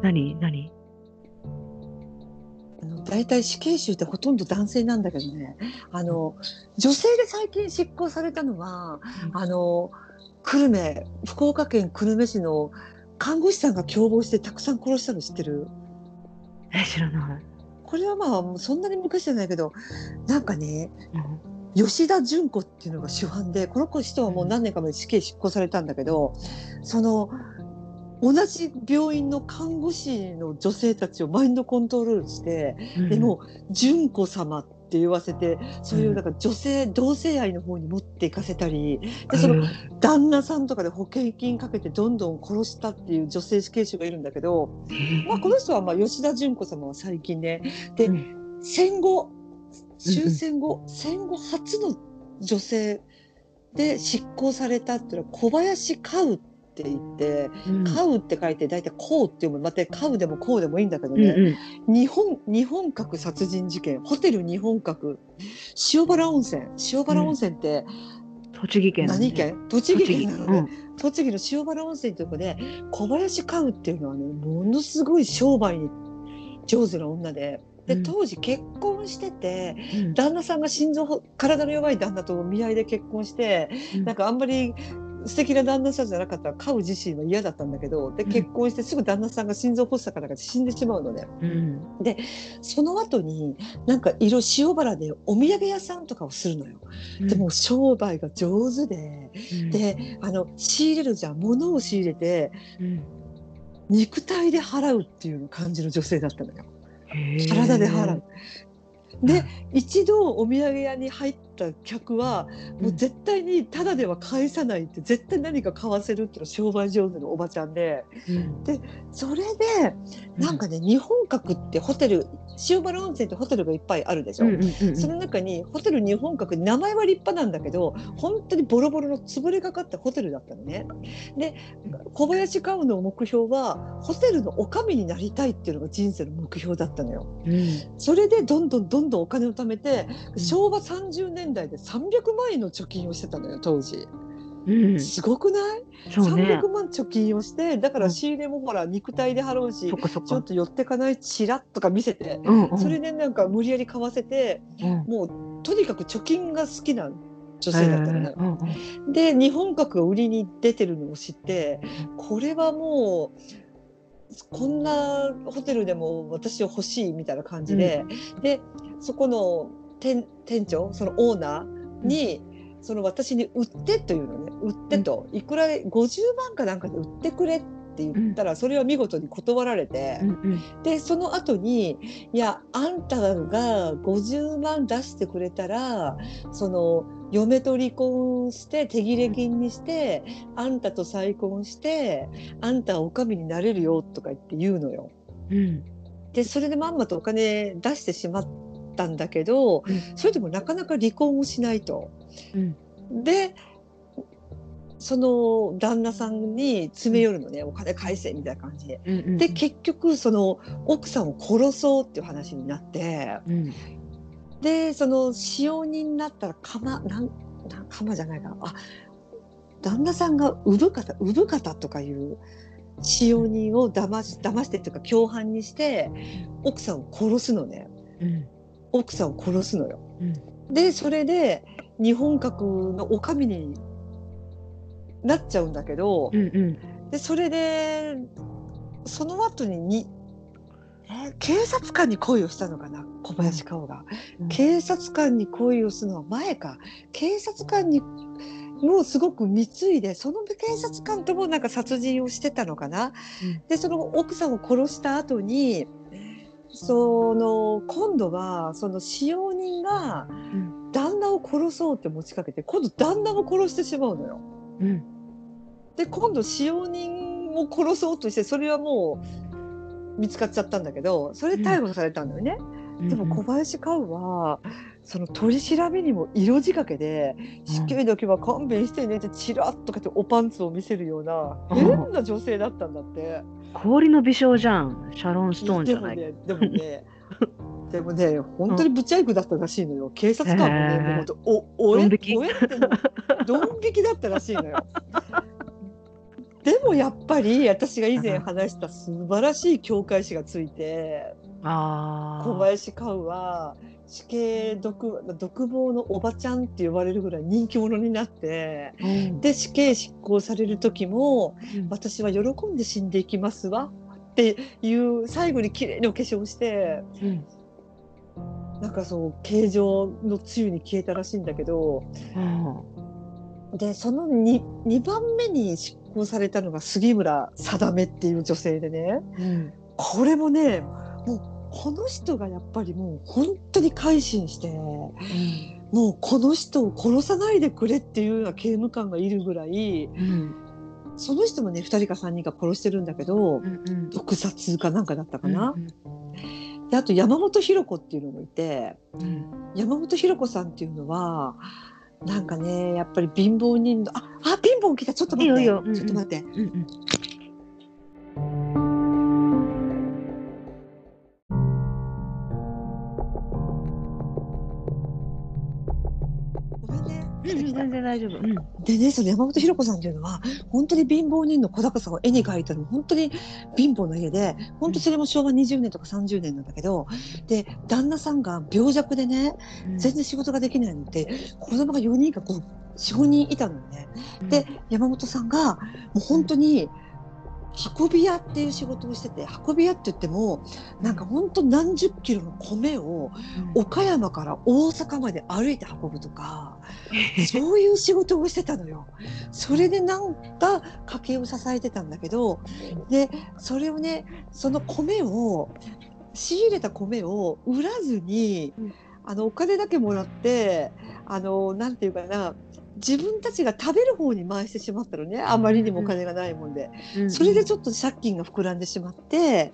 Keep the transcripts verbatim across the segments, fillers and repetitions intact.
何何あの大体死刑囚ってほとんど男性なんだけどね、あの女性で最近執行されたのは、 うんあの久留米福岡県久留米市の看護師さんが共謀してたくさん殺したの知ってる？ え、知らない。 これはまあもうそんなに昔じゃないけど、なんかね、 うん吉田純子っていうのが主犯で、この子人はもう何年か前に死刑執行されたんだけど、その同じ病院の看護師の女性たちをマインドコントロールして、 うんでも純子様って言わせて、そういううんなんか女性同性愛の方に持っていかせたりで、そのうん旦那さんとかで保険金かけてどんどん殺したっていう女性死刑囚がいるんだけど、 へえまあ、この人はまあ吉田純子様は最近ね、で、 うん戦後うんうん終戦後戦後初の女性で執行されたっていうのは小林薫って言って、 うん薫って書いて大体こうって読む、また薫でもこうでもいいんだけどね、 うんう日本日本閣殺人事件、ホテル日本閣塩原温泉、塩原温泉ってん栃木県何県？栃木県なので、 うん栃木の塩原温泉というところで小林薫っていうのはね、ものすごい商売に上手な女で、でうん当時結婚してて、 うん旦那さんが心臓体の弱い旦那と見合いで結婚して、 うんなんかあんまり素敵な旦那さんじゃなかったら飼う自身は嫌だったんだけど、でうん結婚してすぐ旦那さんが心臓発作かなんかで死んでしまうのね。 うんその後になんか色塩原でお土産屋さんとかをするのよ。 うんでも商売が上手で、 うんであの仕入れるじゃん、物を仕入れてうん肉体で払うっていう感じの女性だったのよ。 へえ体で払う。でうん一度お土産屋に入った客はもううん絶対にタダでは返さないって、絶対何か買わせるっていうの商売上手のおばちゃんで、 うんでそれでなんかね、日本閣ってホテル、塩原温泉ってホテルがいっぱいあるでしょ、 うんうんうんうんその中にホテル日本閣、名前は立派なんだけど本当にボロボロの潰れかかったホテルだったのね。で小林薫の目標はホテルの女将になりたいっていうのが人生の目標だったのよ。 うんそれでどんどんどんどんお金を貯めて、しょうわさんじゅうねんだいでさんびゃくまんえんの貯金をしてたのよ当時。 うんすごくない？ そうねさんびゃくまん貯金をして、だから仕入れもほら肉体で払うし、 そっかそっかちょっと寄ってかないチラッとか見せて、 うんうんそれでなんか無理やり買わせて、 うんもうとにかく貯金が好きな女性だったのね。 へえうんうんで日本閣が売りに出てるのを知って、これはもうこんなホテルでも私は欲しいみたいな感じで、でそこの 店, 店長そのオーナーに、その私に売ってというのね、売ってと、いくらごじゅうまんかなんかで売ってくれって言ったら、それは見事に断られて、 うんうんでその後にいやあんたがごじゅうまん出してくれたらその嫁と離婚して手切れ金にしてあんたと再婚してあんたはおかみになれるよとか言って言うのよ。 うんでそれでまんまとお金出してしまったんだけど、 うんそれでもなかなか離婚をしないと。 うんでその旦那さんに詰め寄るのね、お金返せみたいな感じで。 うんうんで結局その奥さんを殺そうっていう話になって、 うんでその使用人になったら鎌なんなん鎌じゃないかな、あ旦那さんが産方産方とかいう使用人を騙し騙してっていうか共犯にして奥さんを殺すのね。 うん奥さんを殺すのよ。 うんでそれで日本閣の女将になっちゃうんだけど、 うんうんでそれでその後にに、えー警察官に恋をしたのかな小林薫が、 うん警察官に恋をするのは前か、警察官にもうすごく貢いでその警察官ともなんか殺人をしてたのかな、 うんでその奥さんを殺した後にその今度はその使用人がうん旦那を殺そうって持ちかけて今度旦那も殺してしまうのよ。 うんで今度使用人を殺そうとしてそれはもう見つかっちゃったんだけど、それで逮捕されたんだよね。 うんでも小林薫はその取り調べにも色仕掛けで、死刑だけは勘弁してねってチラッとかっておパンツを見せるようなうん変な女性だったんだって。 氷の美少じゃん。シャロン・ストーンじゃない。 でもねでもねでもね本当にブチャイクだったらしいのよ。警察官もね、 へーもう本当おおえドン引きおえってドン引きだったらしいのよ。 でもやっぱり私が以前話した素晴らしい教会誌がついて、小あ林薫は死刑独独房のおばちゃんって呼ばれるぐらい人気者になって、 あ、うん。 で死刑執行される時もうん私は喜んで死んでいきますわっていう最後に綺麗にお化粧して、 うん。 なんかそう形状のつゆに消えたらしいんだけど、 うん。 でその 2, にばんめに執行されたのが杉村定っていう女性でね、 うん。 これもねもうこの人がやっぱりもう本当に改心して、 うん。 もうこの人を殺さないでくれっていうような刑務官がいるぐらい、 うん。 その人もねふたりかさんにんが殺してるんだけど、 うん。うん。 毒殺かなんかだったかうん。 な。であと山本博子っていうのもいて、 うん。 山本博子さんっていうのはなんかねやっぱり貧乏人のああピンポン来た、ちょっと待っていいよいいよ。うんうん。 ちょっと待って。 うんうん。 ごめんね、 うんうん、 来た来た。 全然大丈夫。うん。 でね、その山本博子さんっていうのは本当に貧乏人の小高さを絵に描いたの、本当に貧乏な家で、本当それもしょうわにじゅうねんとかさんじゅうねんなんだけど、で旦那さんが病弱でねうん全然仕事ができないので、子供がよにんかこうよん、ごにんいたのよね。で山本さんがもう本当に運び屋っていう仕事をしてて、運び屋って言ってもなんか本当何十キロの米を岡山から大阪まで歩いて運ぶとか、そういう仕事をしてたのよ。それでなんか家計を支えてたんだけど、でそれをね、その米を仕入れた米を売らずに、 うんあのお金だけもらって、あのなんていうかな、自分たちが食べる方に回してしまったのね、あまりにもお金がないもんで。 うんうん、 それでちょっと借金が膨らんでしまって、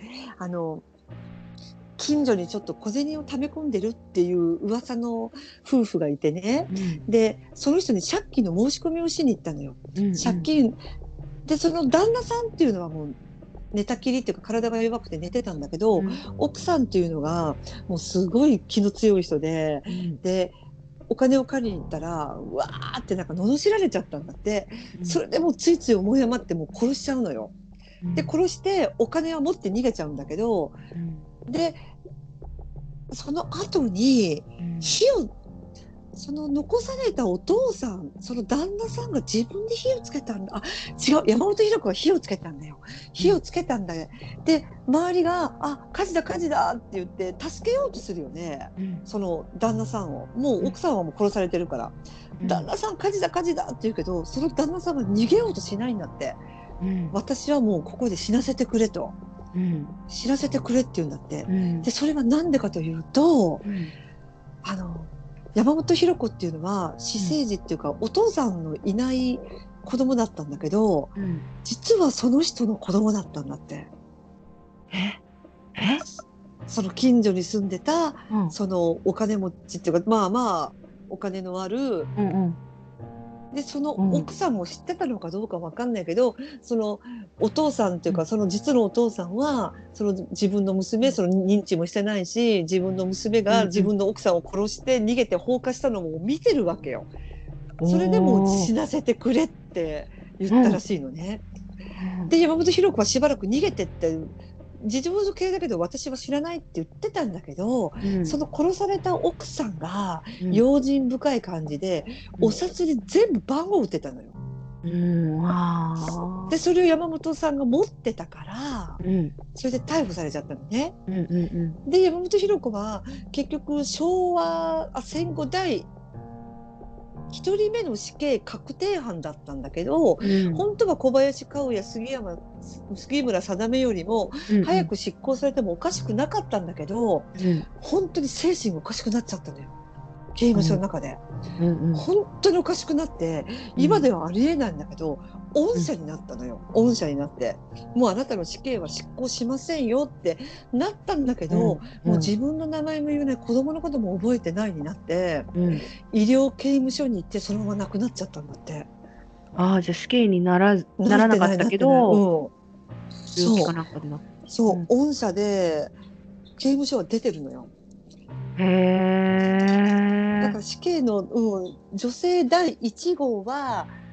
あの近所にちょっと小銭を貯め込んでるっていう噂の夫婦がいてね、 うん、 でその人に借金の申し込みをしに行ったのよ。 うんうん、 借金で、その旦那さんっていうのはもう寝たきりっていうか体が弱くて寝てたんだけど、うん、奥さんっていうのがもうすごい気の強い人で、うん、でお金を借りに行ったらうわーってなんか罵られちゃったんだって、うん、それでもうついつい思い余ってもう殺しちゃうのよ。で殺してお金は持って逃げちゃうんだけど、うん、でその後に火を、その残されたお父さん、その旦那さんが自分で火をつけたんだ。あ、違う、山本博子が火をつけたんだよ。火をつけたんだよ。で周りがあ火事だ火事だって言って助けようとするよね、うん、その旦那さんを。もう奥さんはもう殺されてるから、うん、旦那さん火事だ火事だって言うけど、その旦那さんが逃げようとしないんだって、うん、私はもうここで死なせてくれと、うん、死なせてくれって言うんだって、うん、でそれはなんでかというと、うん、あの山本博子っていうのは私生児っていうか、うん、お父さんのいない子供だったんだけど、うん、実はその人の子供だったんだって。 ええその近所に住んでた、 うん、 そのお金持ちっていうかまあまあお金のある、うんうんでその奥さんも知ってたのかどうか分かんないけど、そのお父さんっていうか、その実のお父さんはその自分の娘、その認知もしてないし、自分の娘が自分の奥さんを殺して逃げて放火したのも見てるわけよ。それでも死なせてくれって言ったらしいのね。で山本博子はしばらく逃げてって事情系だけど私は知らないって言ってたんだけど、うん、その殺された奥さんが用心深い感じで、うん、お札に全部番号を打ってたのよ。うん、あでそれを山本さんが持ってたから、うん、それで逮捕されちゃったのね。うんうんうん、で山本博子は結局昭和あ戦後第ひとりめの死刑確定犯だったんだけど、うん、本当は小林薫や杉山杉村定よりも早く執行されてもおかしくなかったんだけど、うん、本当に精神がおかしくなっちゃったのよ、刑務所の中で、うんうんうん、本当におかしくなって今ではありえないんだけど、恩赦になったのよ。恩赦になってもうあなたの死刑は執行しませんよってなったんだけど、うんうん、もう自分の名前も言えない、子供のことも覚えてないになって、うん、医療刑務所に行ってそのまま亡くなっちゃったんだって。 ああ、じゃあ死刑にならずならなかったけど、 うん、病気かなんかでなそう、うん、恩赦で刑務所は出てるのよ。へー。だから死刑の、うん、女性だいいち号は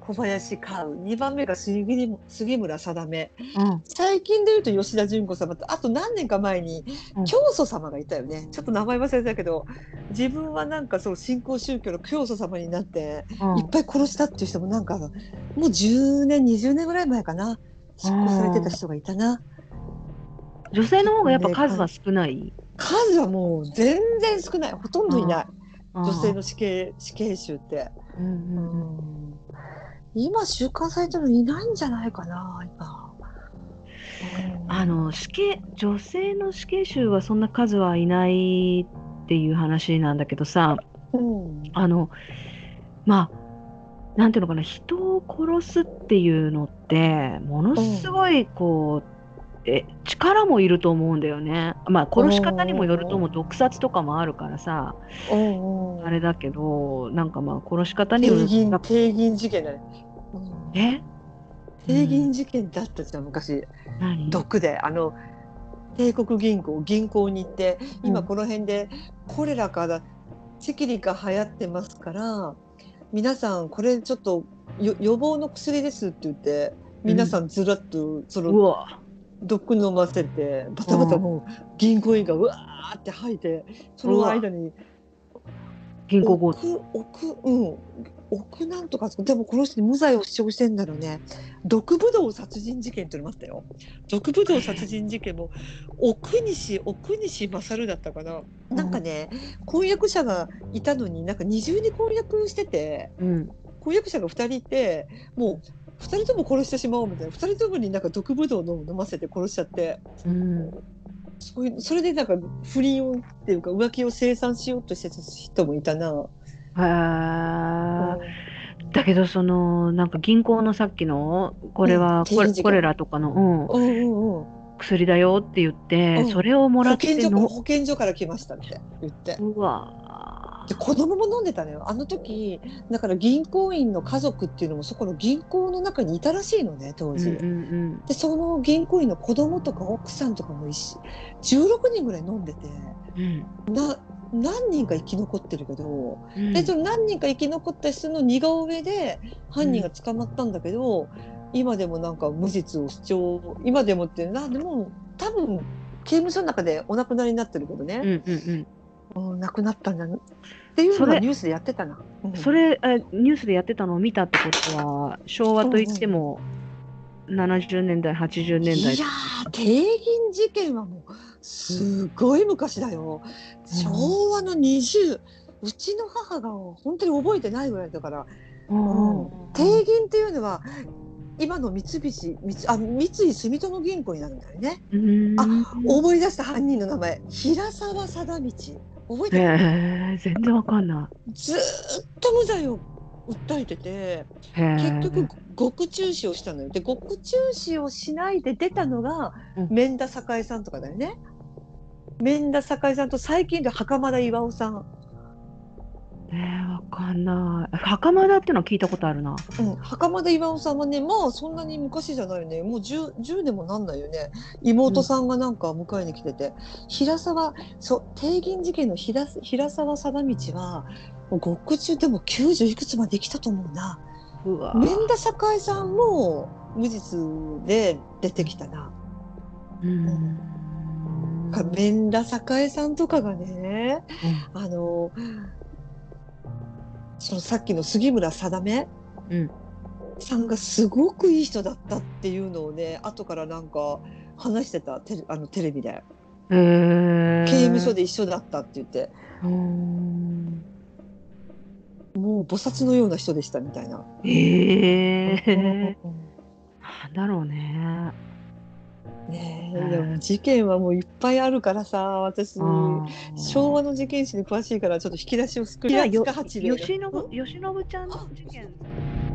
小林薫、にばんめが杉杉村定。 うん最近でいうと吉田純子様と、あと何年か前にうん教祖様がいたよね。ちょっと名前忘れたけど、自分はなんかそう新興宗教の教祖様になってうんいっぱい殺したっていう人もなんかもうじゅうねんにじゅうねんぐらい前かな、執行されてた人がいたな。 女性の方がやっぱね数は少ない。 数はもう全然少ない、ほとんどいない。 うん女性の死刑死刑囚って、 うんうんうんうん今収監されてるのいないんじゃないかな今。うんあの死刑女性の死刑囚はそんな数はいないっていう話なんだけどさ、 うんあのまあなんていうのかな、人を殺すっていうのってものすごいこう、え力もいると思うんだよね。まあ殺し方にもよると思う。毒殺とかもあるからさうんうんあれだけど、なんかまあ殺し方による。 帝銀帝銀事件だね。うんえ帝銀事件だったじゃん昔。 何？ 毒であの帝国銀行銀行に行って今うんこの辺でコレラから赤痢が流行ってますから皆さんこれちょっとよ予防の薬ですって言って皆さんずらっとそうのわ毒飲ませてバタバタもう銀行員がうわーって吐いてその間に銀行強盗。 奥奥うん奥なんとかでもこの人無罪を主張してんだろうね。毒ぶどう殺人事件っていうのもあったよ。毒ぶどう殺人事件も奥西奥西勝だったかな、 うんなんかね婚約者がいたのになんか二重に婚約しててうん婚約者がふたりいてもうふたりとも殺してしまおうみたいなふたりともになんか毒ぶどうを飲ませて殺しちゃってうんそういうそれでなんか不倫をっていうか浮気を清算しようとしてた人もいたな。 へーだけどそのなんか銀行のさっきのこれうんはコレ、 定時事件コレラとかの、うん、 うんうんうん薬だよって言って、 うんそれをもら保っての健所保健所から来ましたって言ってうわで子供も飲んでたのよあの時。だから銀行員の家族っていうのもそこの銀行の中にいたらしいのね当時、 ーうんうんでその銀行員の子供とか奥さんとかも一緒じゅうろくにんぐらい飲んでてうんな何人か生き残ってるけど、 うんでその何人か生き残った人の似顔絵で犯人が捕まったんだけど、今でもなんか無実を主張今でもってなでも多分刑務所の中でお亡くなりになってるけどね、 うんうんうんうん、亡くなったんだっていうのそれがニュースでやってたな。うんそれえニュースでやってたのを見たってことは昭和といってもななじゅうねんだいはちじゅうねんだい。 いやー帝銀事件はもうすごい昔だよ、昭和のにじゅううちの母が本当に覚えてないぐらいだから、 うんうん帝銀っていうのは今の三菱三あ三井住友銀行になるんだよね。 うんあ思い出した犯人の名前平沢貞道覚えてる、 へえ全然わかんなずーっと無罪を訴えててい。へえ結局獄中死をしたのよ。で獄中死をしないで出たのがうん免田栄さんとかだよね。免田栄さんと最近で袴田巌さん、 えー、わかんない。袴田ってのは聞いたことあるな。 うん、袴田巌さんはねまあそんなに昔じゃないよね。もう 10, 10年もなんないよね。妹さんがなんか迎えに来てて、うん、平沢そう帝銀事件の 平, 平沢貞道はもう獄中でもきゅうじゅういくつまで生きたと思うな。 うわ免田栄さんも無実で出てきたな。 うん免田栄さんとかがね、 うんあのそのさっきの杉村定うんさんがすごくいい人だったっていうのをね後からなんか話してたテレあのテレビで、 へえ刑務所で一緒だったって言ってうんもう菩薩のような人でしたみたいな。 ええうんなんだろうね。 ねえ、 うんでも事件はもういっぱいあるからさ私あー昭和の事件史に詳しいからちょっと引き出しを作りじゃあよ八例の吉信吉信ちゃんの事件